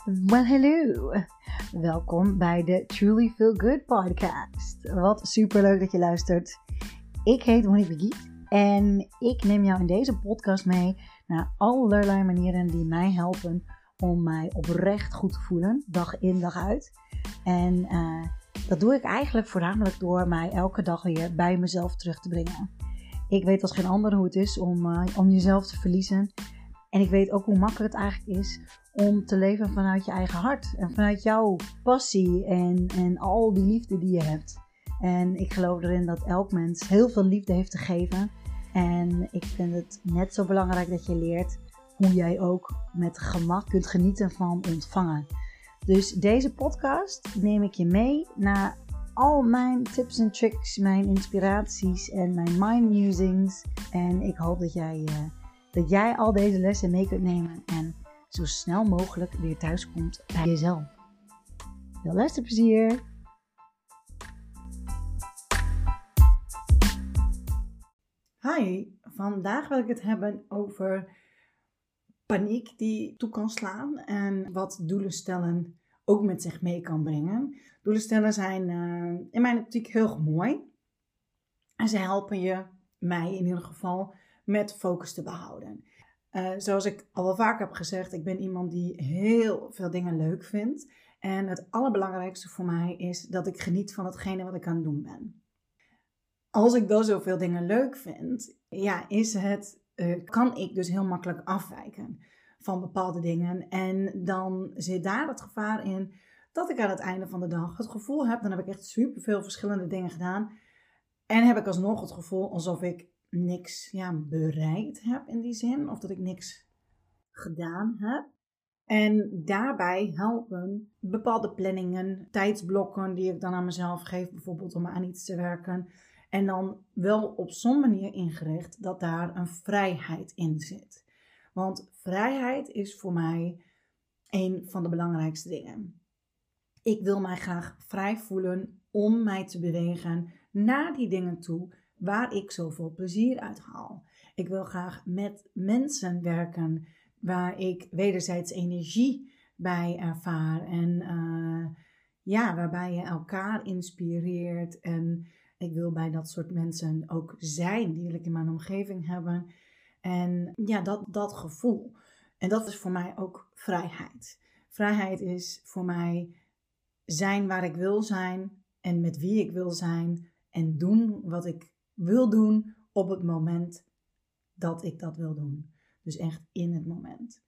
Well, hello. Welkom bij de Truly Feel Good podcast. Wat superleuk dat je luistert. Ik heet Monique Begiet en ik neem jou in deze podcast mee naar allerlei manieren die mij helpen om mij oprecht goed te voelen, dag in dag uit. En dat doe ik eigenlijk voornamelijk door mij elke dag weer bij mezelf terug te brengen. Ik weet als geen ander hoe het is om jezelf te verliezen. En ik weet ook hoe makkelijk het eigenlijk is om te leven vanuit je eigen hart. En vanuit jouw passie en al die liefde die je hebt. En ik geloof erin dat elk mens heel veel liefde heeft te geven. En ik vind het net zo belangrijk dat je leert hoe jij ook met gemak kunt genieten van ontvangen. Dus deze podcast neem ik je mee naar al mijn tips en tricks, mijn inspiraties en mijn mind musings. En ik hoop dat jij al deze lessen mee kunt nemen en zo snel mogelijk weer thuis komt bij jezelf. Veel luisterplezier! Hi, vandaag wil ik het hebben over paniek die toe kan slaan en wat doelen stellen ook met zich mee kan brengen. Doelen stellen zijn in mijn optiek heel mooi en ze helpen mij in ieder geval met focus te behouden. Zoals ik al wel vaak heb gezegd, ik ben iemand die heel veel dingen leuk vindt. En het allerbelangrijkste voor mij is dat ik geniet van hetgene wat ik aan het doen ben. Als ik dan zoveel dingen leuk vind, kan ik dus heel makkelijk afwijken van bepaalde dingen. En dan zit daar het gevaar in dat ik aan het einde van de dag het gevoel heb, dan heb ik echt superveel verschillende dingen gedaan. En heb ik alsnog het gevoel alsof ik niks bereikt heb in die zin. Of dat ik niks gedaan heb. En daarbij helpen bepaalde planningen, tijdsblokken die ik dan aan mezelf geef. Bijvoorbeeld om aan iets te werken. En dan wel op zo'n manier ingericht dat daar een vrijheid in zit. Want vrijheid is voor mij een van de belangrijkste dingen. Ik wil mij graag vrij voelen om mij te bewegen naar die dingen toe waar ik zoveel plezier uit haal. Ik wil graag met mensen werken waar ik wederzijds energie bij ervaar. En waarbij je elkaar inspireert. En ik wil bij dat soort mensen ook zijn. Die wil ik in mijn omgeving hebben. En dat gevoel. En dat is voor mij ook vrijheid. Vrijheid is voor mij zijn waar ik wil zijn. En met wie ik wil zijn. En doen wat ik wil doen op het moment dat ik dat wil doen. Dus echt in het moment.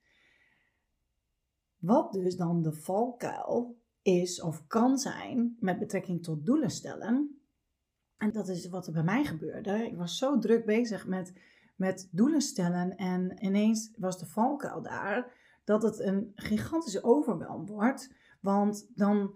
Wat dus dan de valkuil is of kan zijn met betrekking tot doelen stellen. En dat is wat er bij mij gebeurde. Ik was zo druk bezig met doelen stellen en ineens was de valkuil daar dat het een gigantische overwelm wordt. Want dan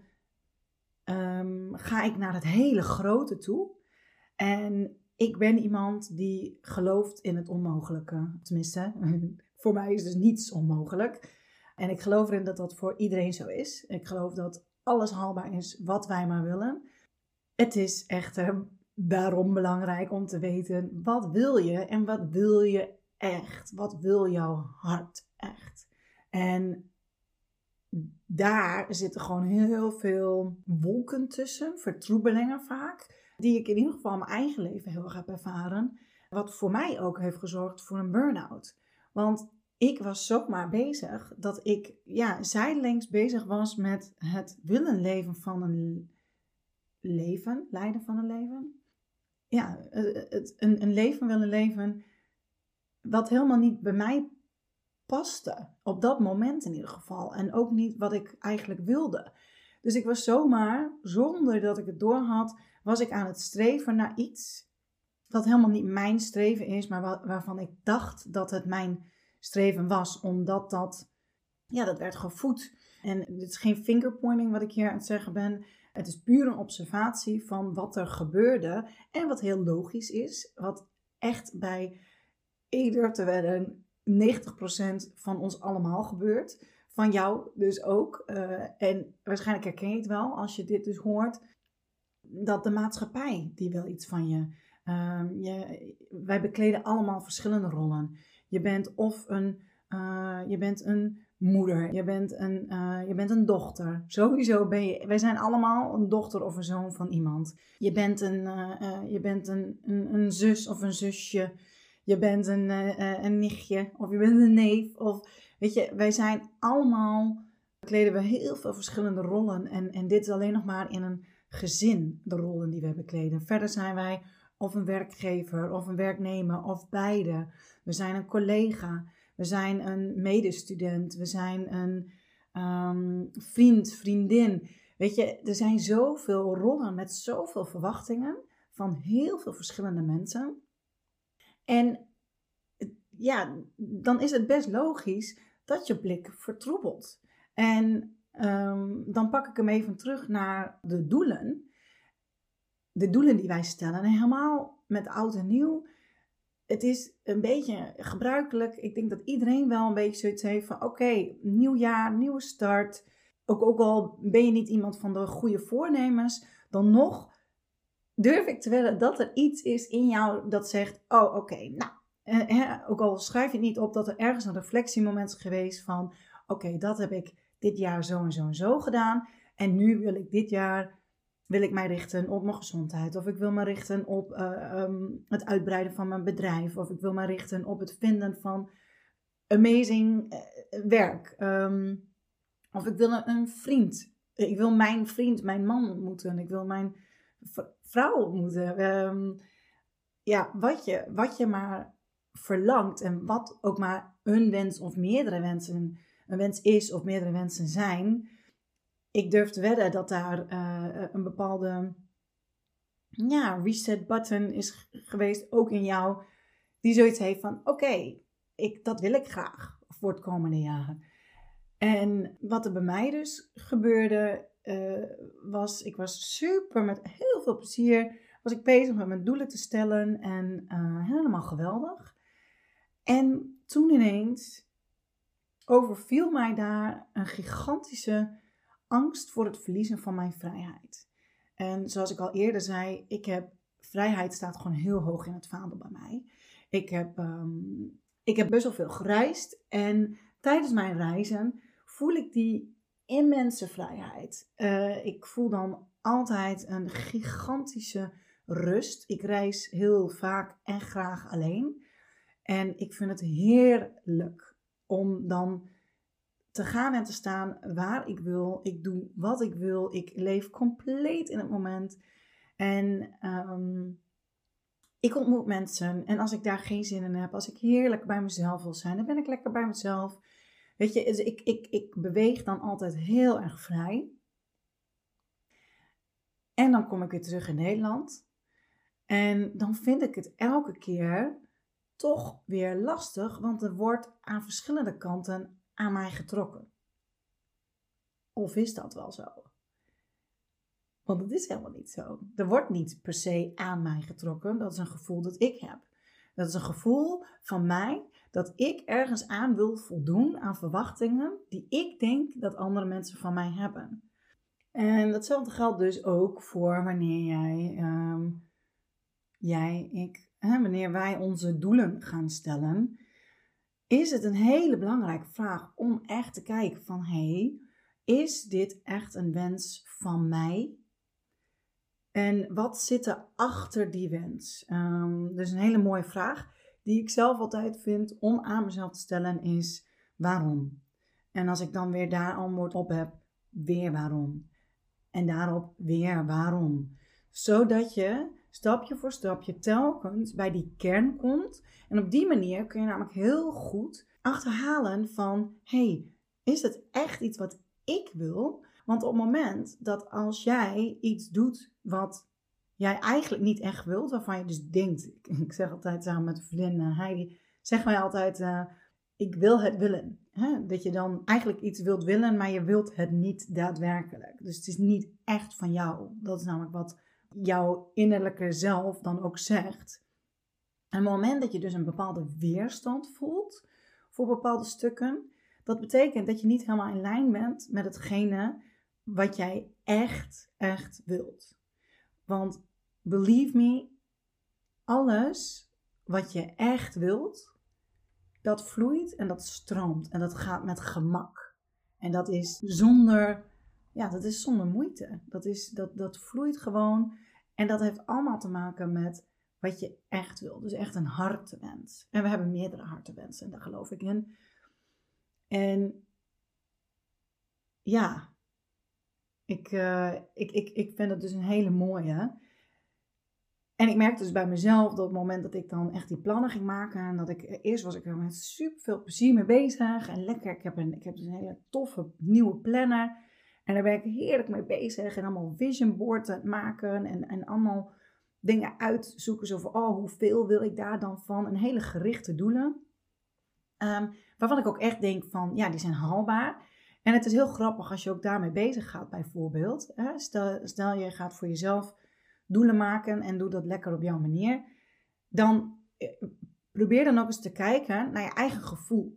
ga ik naar het hele grote toe. En ik ben iemand die gelooft in het onmogelijke. Tenminste, voor mij is dus niets onmogelijk. En ik geloof erin dat dat voor iedereen zo is. Ik geloof dat alles haalbaar is wat wij maar willen. Het is echter daarom belangrijk om te weten, wat wil je en wat wil je echt? Wat wil jouw hart echt? En daar zitten gewoon heel veel wolken tussen, vertroebelingen vaak, die ik in ieder geval in mijn eigen leven heel erg heb ervaren. Wat voor mij ook heeft gezorgd voor een burn-out. Want ik was zomaar bezig dat ik zijdelings bezig was met het willen leven van een leven, leiden van een leven. Ja, een leven willen leven wat helemaal niet bij mij paste. Op dat moment in ieder geval. En ook niet wat ik eigenlijk wilde. Dus ik was zomaar, zonder dat ik het doorhad, was ik aan het streven naar iets dat helemaal niet mijn streven is, maar waarvan ik dacht dat het mijn streven was. Omdat dat werd gevoed. En het is geen fingerpointing wat ik hier aan het zeggen ben. Het is puur een observatie van wat er gebeurde. En wat heel logisch is. Wat echt bij eerder te wedden 90% van ons allemaal gebeurt. Van jou dus ook. En waarschijnlijk herken je het wel als je dit dus hoort. Dat de maatschappij die wil iets van je. Wij bekleden allemaal verschillende rollen. Je bent een moeder, je bent een dochter. Sowieso wij zijn allemaal een dochter of een zoon van iemand. Je bent een zus of een zusje. Je bent een nichtje of je bent een neef. Of, weet je, wij zijn allemaal, kleden we heel veel verschillende rollen. En dit is alleen nog maar in een gezin de rollen die we bekleden. Verder zijn wij of een werkgever of een werknemer of beide. We zijn een collega. We zijn een medestudent. We zijn een vriend, vriendin. Weet je, er zijn zoveel rollen met zoveel verwachtingen van heel veel verschillende mensen. En ja, dan is het best logisch dat je blik vertroebelt. En dan pak ik hem even terug naar de doelen. De doelen die wij stellen. En helemaal met oud en nieuw. Het is een beetje gebruikelijk. Ik denk dat iedereen wel een beetje zoiets heeft van oké, nieuw jaar, nieuwe start. Ook al ben je niet iemand van de goede voornemens, dan nog durf ik te wedden dat er iets is in jou dat zegt, oh oké, nou. Ook al schrijf je het niet op, dat er ergens een reflectiemoment is geweest van oké, dat heb ik dit jaar zo en zo en zo gedaan. En nu wil ik dit jaar mij richten op mijn gezondheid. Of ik wil me richten op het uitbreiden van mijn bedrijf. Of ik wil me richten op het vinden van amazing werk. Of ik wil een vriend. Ik wil mijn vriend, mijn man ontmoeten. Ik wil mijn vrouw ontmoeten. Wat je maar verlangt. En wat ook maar een wens of meerdere wensen een wens is of meerdere wensen zijn. Ik durf te wedden dat daar een bepaalde reset button is geweest, ook in jou, die zoiets heeft van oké, dat wil ik graag voor het komende jaar. En wat er bij mij dus gebeurde, ik was super met heel veel plezier, was ik bezig met mijn doelen te stellen en helemaal geweldig. En toen ineens overviel mij daar een gigantische angst voor het verliezen van mijn vrijheid. En zoals ik al eerder zei, vrijheid staat gewoon heel hoog in het vaandel bij mij. Ik heb best wel veel gereisd en tijdens mijn reizen voel ik die immense vrijheid. Ik voel dan altijd een gigantische rust. Ik reis heel vaak en graag alleen. En ik vind het heerlijk om dan te gaan en te staan waar ik wil. Ik doe wat ik wil. Ik leef compleet in het moment. En ik ontmoet mensen. En als ik daar geen zin in heb, als ik heerlijk bij mezelf wil zijn, dan ben ik lekker bij mezelf. Weet je, dus ik beweeg dan altijd heel erg vrij. En dan kom ik weer terug in Nederland. En dan vind ik het elke keer toch weer lastig, want er wordt aan verschillende kanten aan mij getrokken. Of is dat wel zo? Want het is helemaal niet zo. Er wordt niet per se aan mij getrokken. Dat is een gevoel dat ik heb. Dat is een gevoel van mij dat ik ergens aan wil voldoen aan verwachtingen die ik denk dat andere mensen van mij hebben. En datzelfde geldt dus ook voor wanneer wanneer wij onze doelen gaan stellen, is het een hele belangrijke vraag om echt te kijken van is dit echt een wens van mij? En wat zit er achter die wens? Dus een hele mooie vraag die ik zelf altijd vind om aan mezelf te stellen is waarom? En als ik dan weer daar antwoord op heb, weer waarom? En daarop weer waarom? Zodat je stapje voor stapje telkens bij die kern komt. En op die manier kun je namelijk heel goed achterhalen van is het echt iets wat ik wil? Want op het moment dat als jij iets doet wat jij eigenlijk niet echt wilt, waarvan je dus denkt, ik zeg altijd samen met een vriendin Heidi, zegt mij altijd, ik wil het willen. Dat je dan eigenlijk iets wilt willen, maar je wilt het niet daadwerkelijk. Dus het is niet echt van jou. Dat is namelijk wat jouw innerlijke zelf dan ook zegt. En op het moment dat je dus een bepaalde weerstand voelt voor bepaalde stukken, dat betekent dat je niet helemaal in lijn bent met hetgene wat jij echt wilt. Want believe me, alles wat je echt wilt, dat vloeit en dat stroomt en dat gaat met gemak. En dat is zonder moeite. Dat vloeit gewoon. En dat heeft allemaal te maken met wat je echt wil. Dus echt een hartewens. En we hebben meerdere hartewensen, daar geloof ik in. En ja, ik vind het dus een hele mooie. En ik merkte dus bij mezelf dat op het moment dat ik dan echt die plannen ging maken. En dat eerst was ik er met super veel plezier mee bezig. En lekker, ik heb dus een hele toffe nieuwe planner. En daar ben ik heerlijk mee bezig. En allemaal vision board aan het maken. En allemaal dingen uitzoeken. Zo van, hoeveel wil ik daar dan van? En hele gerichte doelen. Waarvan ik ook echt denk van, ja, die zijn haalbaar. En het is heel grappig als je ook daarmee bezig gaat bijvoorbeeld. Stel je gaat voor jezelf doelen maken en doe dat lekker op jouw manier. Dan probeer dan ook eens te kijken naar je eigen gevoel.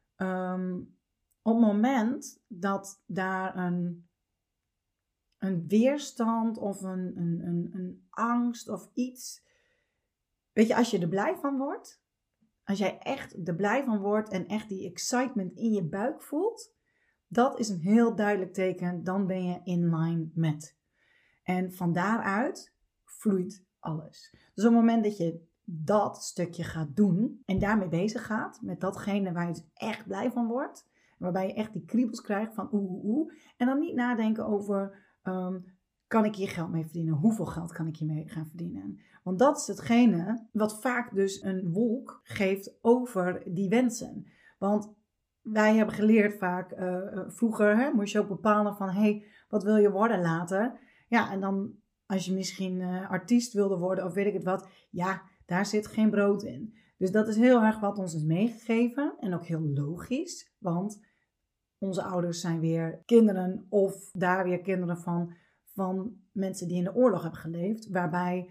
Op het moment dat daar een weerstand of een angst of iets. Weet je, als je er blij van wordt. Als jij echt er blij van wordt en echt die excitement in je buik voelt. Dat is een heel duidelijk teken. Dan ben je in line met. En van daaruit vloeit alles. Dus op het moment dat je dat stukje gaat doen en daarmee bezig gaat, met datgene waar je dus echt blij van wordt, waarbij je echt die kriebels krijgt van oeh. En dan niet nadenken over, kan ik hier geld mee verdienen? Hoeveel geld kan ik hiermee gaan verdienen? Want dat is hetgene wat vaak dus een wolk geeft over die wensen. Want wij hebben geleerd vaak, vroeger moest je ook bepalen van, wat wil je worden later? Ja, en dan als je misschien artiest wilde worden of weet ik het wat, ja, daar zit geen brood in. Dus dat is heel erg wat ons is meegegeven en ook heel logisch, want onze ouders zijn weer kinderen of daar weer kinderen van mensen die in de oorlog hebben geleefd, waarbij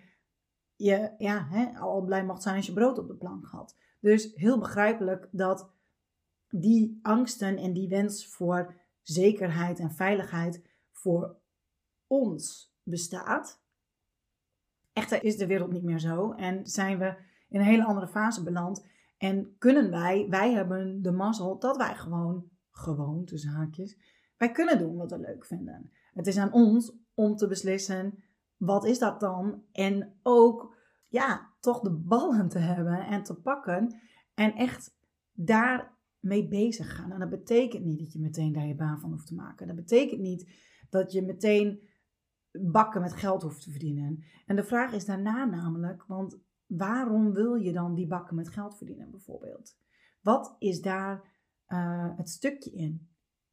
je al blij mag zijn als je brood op de plank had. Dus heel begrijpelijk dat die angsten en die wens voor zekerheid en veiligheid voor ons bestaat. Echter is de wereld niet meer zo en zijn we in een hele andere fase beland en kunnen wij hebben de mazzel dat wij gewoon tussen haakjes, wij kunnen doen wat we leuk vinden. Het is aan ons om te beslissen, wat is dat dan? En ook, toch de ballen te hebben en te pakken en echt daarmee bezig gaan. En dat betekent niet dat je meteen daar je baan van hoeft te maken. Dat betekent niet dat je meteen bakken met geld hoeft te verdienen. En de vraag is daarna namelijk, want waarom wil je dan die bakken met geld verdienen bijvoorbeeld? Wat is daar het stukje in?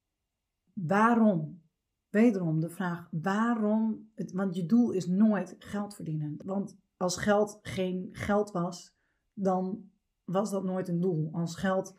Waarom? Wederom de vraag, waarom? Want je doel is nooit geld verdienen. Want als geld geen geld was, dan was dat nooit een doel. Als geld,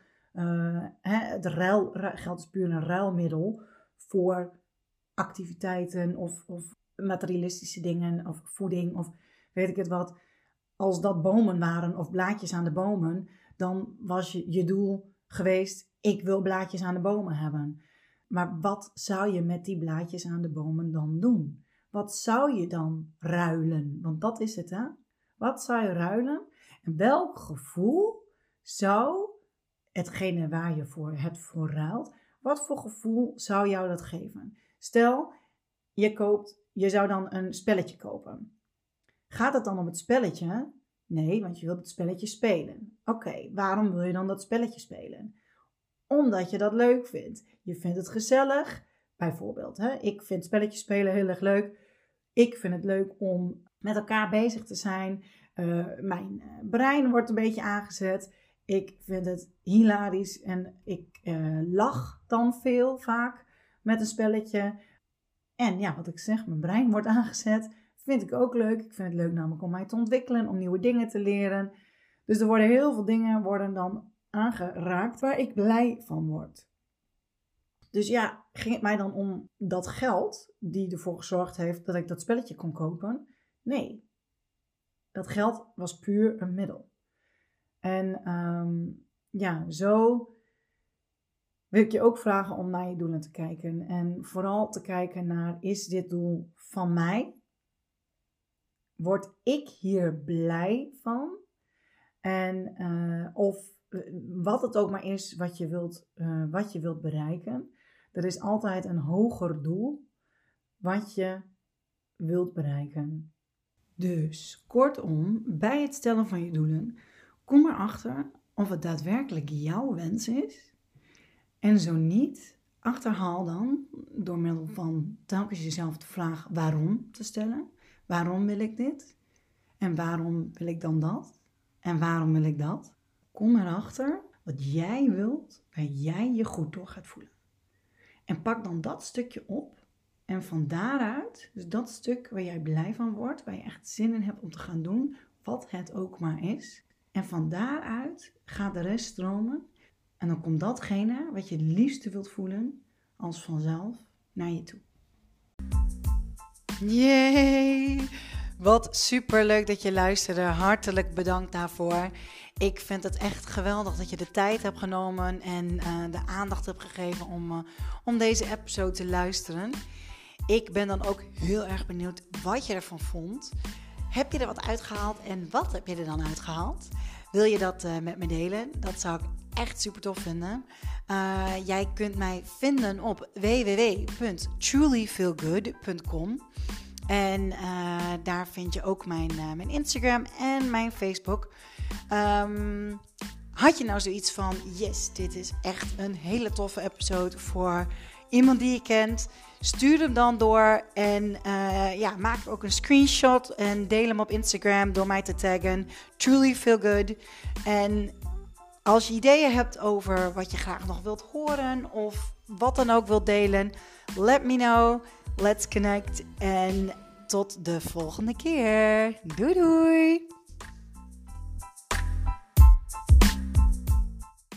geld is puur een ruilmiddel voor activiteiten of materialistische dingen of voeding of weet ik het wat. Als dat bomen waren of blaadjes aan de bomen, dan was je doel geweest, ik wil blaadjes aan de bomen hebben. Maar wat zou je met die blaadjes aan de bomen dan doen? Wat zou je dan ruilen? Want dat is het, hè? Wat zou je ruilen? En welk gevoel zou hetgene waar je voor ruilt, wat voor gevoel zou jou dat geven? Stel, je zou dan een spelletje kopen. Gaat het dan om het spelletje? Nee, want je wilt het spelletje spelen. Oké, waarom wil je dan dat spelletje spelen? Omdat je dat leuk vindt. Je vindt het gezellig. Bijvoorbeeld, ik vind spelletjes spelen heel erg leuk. Ik vind het leuk om met elkaar bezig te zijn. Mijn brein wordt een beetje aangezet. Ik vind het hilarisch en ik lach dan vaak met een spelletje. En ja, wat ik zeg, mijn brein wordt aangezet. Vind ik ook leuk. Ik vind het leuk namelijk om mij te ontwikkelen, om nieuwe dingen te leren. Dus er worden heel veel dingen dan aangeraakt waar ik blij van word. Dus ja, ging het mij dan om dat geld die ervoor gezorgd heeft dat ik dat spelletje kon kopen? Nee, dat geld was puur een middel. En zo wil ik je ook vragen om naar je doelen te kijken. En vooral te kijken naar, is dit doel van mij? Word ik hier blij van? Of wat het ook maar is wat je wilt bereiken. Er is altijd een hoger doel wat je wilt bereiken. Dus kortom, bij het stellen van je doelen, kom erachter of het daadwerkelijk jouw wens is. En zo niet, achterhaal dan door middel van telkens jezelf de vraag waarom te stellen. Waarom wil ik dit? En waarom wil ik dan dat? En waarom wil ik dat? Kom erachter wat jij wilt, waar jij je goed door gaat voelen. En pak dan dat stukje op. En van daaruit, dus dat stuk waar jij blij van wordt, waar je echt zin in hebt om te gaan doen, wat het ook maar is. En van daaruit gaat de rest stromen. En dan komt datgene wat je het liefste wilt voelen, als vanzelf naar je toe. Yay! Wat superleuk dat je luisterde. Hartelijk bedankt daarvoor. Ik vind het echt geweldig dat je de tijd hebt genomen en de aandacht hebt gegeven om deze episode te luisteren. Ik ben dan ook heel erg benieuwd wat je ervan vond. Heb je er wat uitgehaald en wat heb je er dan uitgehaald? Wil je dat met me delen? Dat zou ik echt super tof vinden. Jij kunt mij vinden op www.trulyfeelgood.com. En daar vind je ook mijn Instagram en mijn Facebook. Had je nou zoiets van, yes, dit is echt een hele toffe episode voor iemand die je kent? Stuur hem dan door en maak ook een screenshot en deel hem op Instagram door mij te taggen. Truly Feel Good. En als je ideeën hebt over wat je graag nog wilt horen of wat dan ook wilt delen, let me know. Let's connect en tot de volgende keer. Doei doei!